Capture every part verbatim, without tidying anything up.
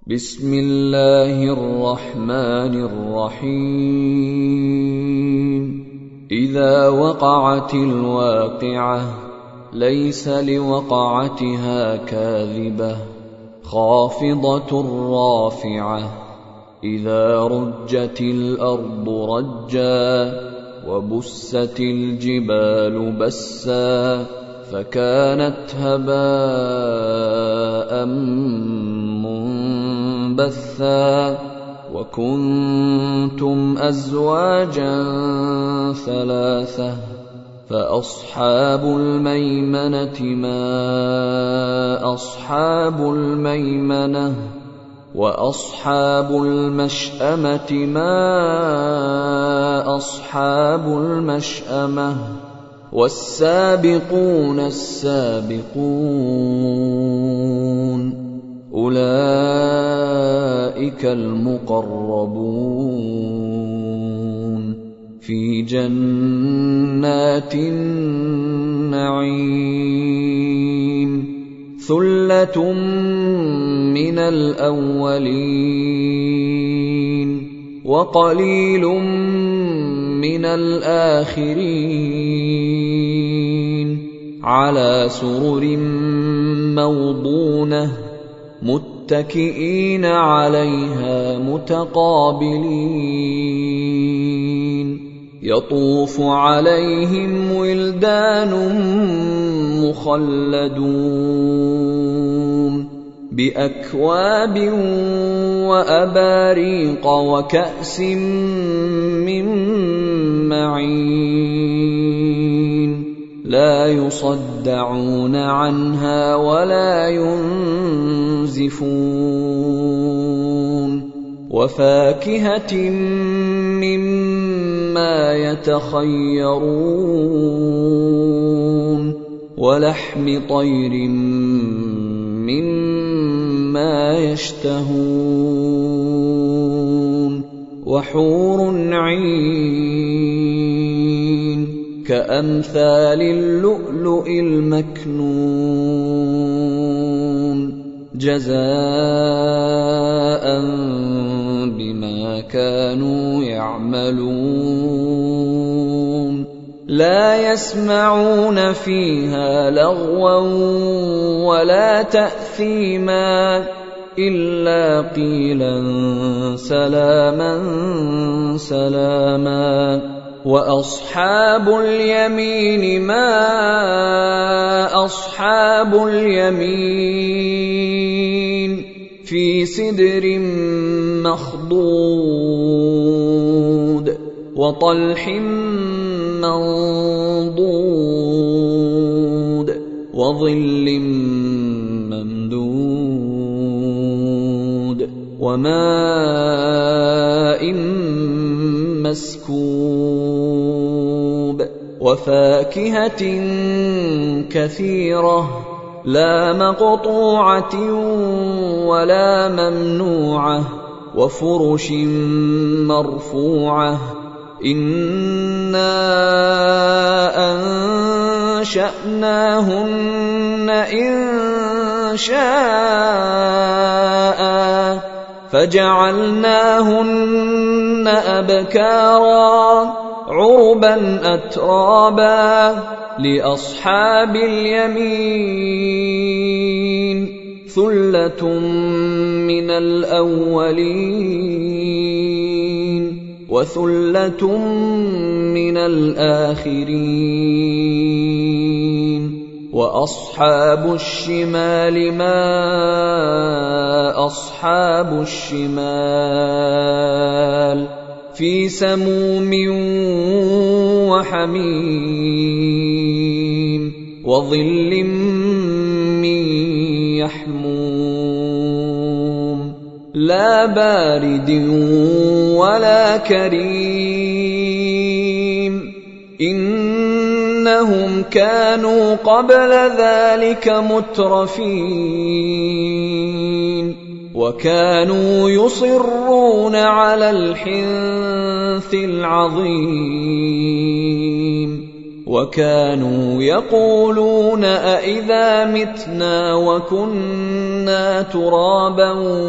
بسم الله الرحمن الرحيم إذا وقعت الواقعة ليس لوقعتها كاذبة خافضة رافعة إذا رجت الأرض رجا وبست الجبال بسا فكانت هباء منبثا وكنتم أزواجا ثلاثة فأصحاب الميمنة ما أصحاب الميمنة وأصحاب المشأمة ما أصحاب المشأمة والسابقون السابقون أولئك المقربون في جنات النعيم ثلة من الأولين وقليل من الآخرين على سرر موضونة متكئين عليها متقابلين يطوف عليهم ولدان مخلدون بأكواب وأباريق وكأس من معين لا يصدعون عنها ولا ينزفون وفاكهة مما يتخيرون ولحم طير مما يشتهون وحور عين كأمثال اللؤلؤ المكنون جزاء بما كانوا يعملون لا يسمعون فيها لغوا ولا تأثيما إلا قيلا سلاما سلاما وأصحاب اليمين ما أصحاب اليمين في سدر مخضود وطلح منضود وظل ممدود وماء مسكوب وفاكهة كثيرة لا مقطوعة ولا ممنوعة وفرش مرفوعة إنا أنشأناهن إن شاء فجعلناهن أبكارا عربا أترابا لأصحاب اليمين ثلة من الأولين وثلة من الآخرين وأصحاب الشمال ما أصحاب الشمال في سموم وحميم وظل من يحموم لا بارد ولا كريم إنهم كانوا قبل ذلك مترفين وكانوا يصرون على الحنث العظيم وكانوا يقولون أئذا متنا وكنا ترابا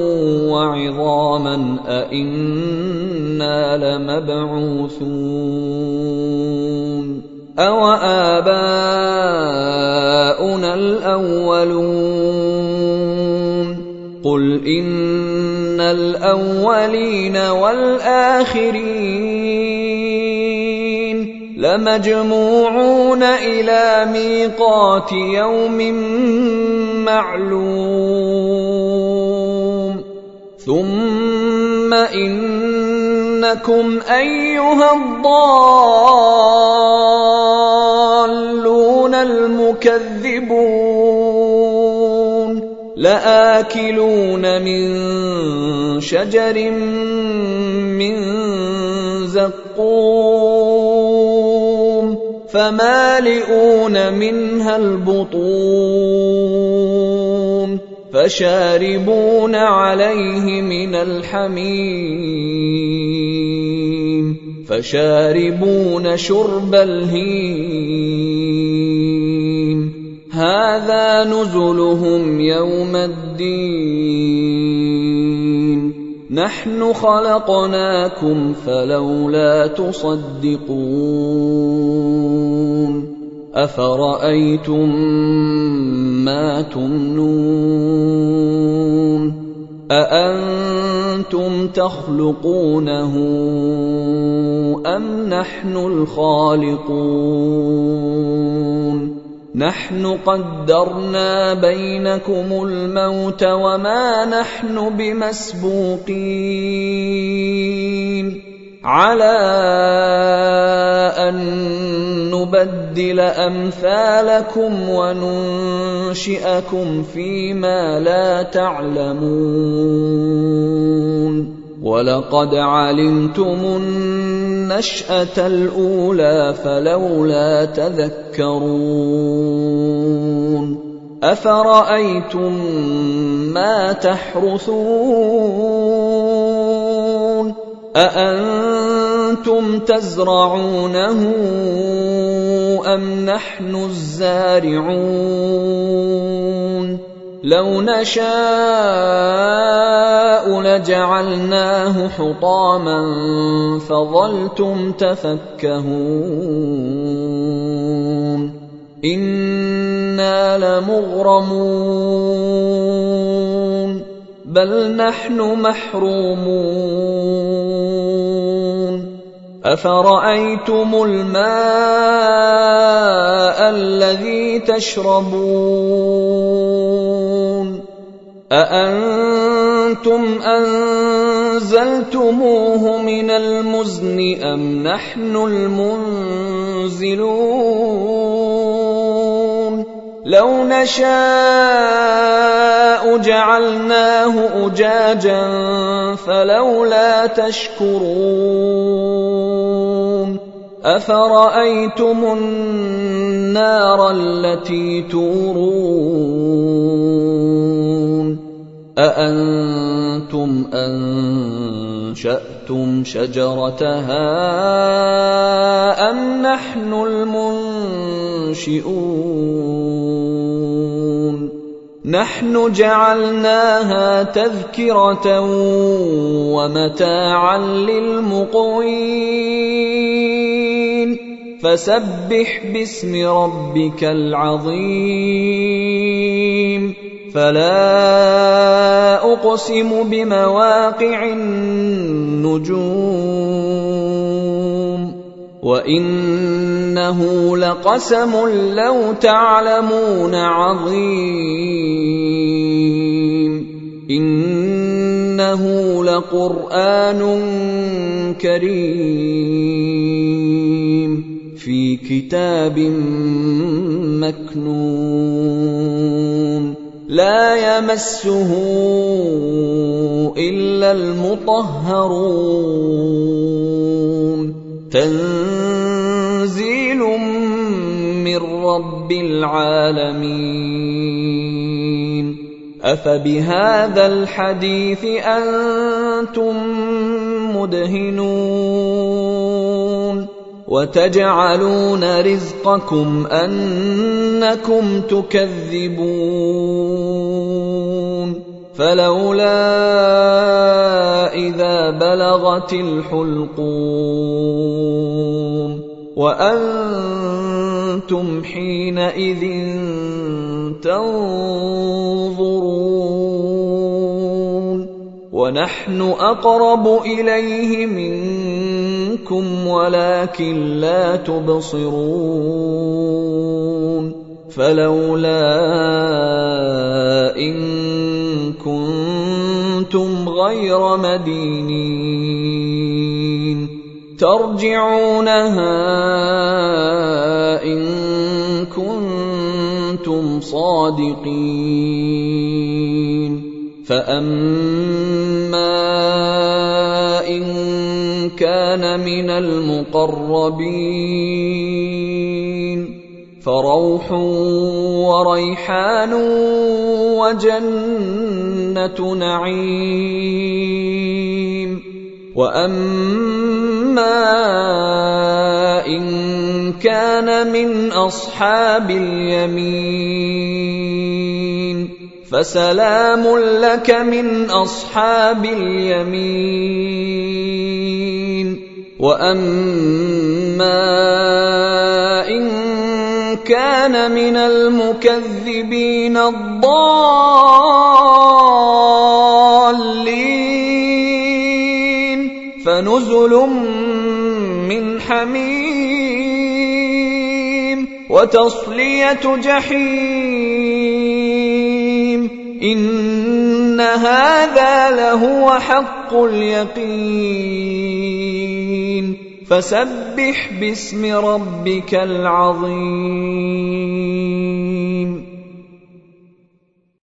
وعظاما أئنا لمبعوثون أوآباؤنا الأولون قل إن الأولين والآخرين لمجموعون إلى ميقات يوم معلوم ثم إنكم أيها الضالون المكذبون لآكلون من شجر من زقوم فمالئون منها البطون فشاربون عليه من الحميم فشاربون شرب الهيم هذا نزلهم يوم الدين نحن خلقناكم فلولا تصدقون أفرأيتم ما تمنون أأنتم تخلقونه أم نحن الخالقون نحن قدرنا بينكم الموت وما نحن بمسبوقين على أن نبدل أمثالكم وننشئكم فيما لا تعلمون ولقد علمتم النشأة الأولى فلولا تذكرون أفرأيتم ما تحرثون أأنتم تزرعونه أم نحن الزارعون لو نشاء لجعلناه حطاما فظلتم تفكهون إنا لمغرمون بل نحن محرومون أفرأيتم الماء الذي تشربون أأنتم أنزلتموه من المزن أم نحن المنزلون لو نشاء جعلناه أجاجا فلولا تشكرون أفرأيتم النار التي تورون أأنتم أنشأتم شجرتها أم نحن المنشئون نحن جعلناها تذكرة ومتاعا للمقوين فسبح باسم ربك العظيم فلا أقسم بمواقع النجوم وإنه لقسم لو تعلمون عظيم إنه لقرآن كريم في كتاب مكنون لا يمسه إلا المطهرون تنزيل من رب العالمين أفبهذا الحديث أنتم مدهنون وتجعلون رزقكم أنكم تكذبون فلولا إذا بلغت الحلقوم وأنتم حينئذ تنظرون ونحن أقرب إليه منكم ولكن لا تبصرون فلولا إن كنتم غير مدينين ترجعونها إن كنتم صادقين فأما إن كان من المقربين فروح وريحان وجنة نعيم وأما إن كان من أصحاب اليمين فسلام لك من أصحاب اليمين وأما إن كان من المكذبين الضالين فنزل من حميم وتصلية جحيم إن هذا لهو حق اليقين فسبح باسم ربك العظيم.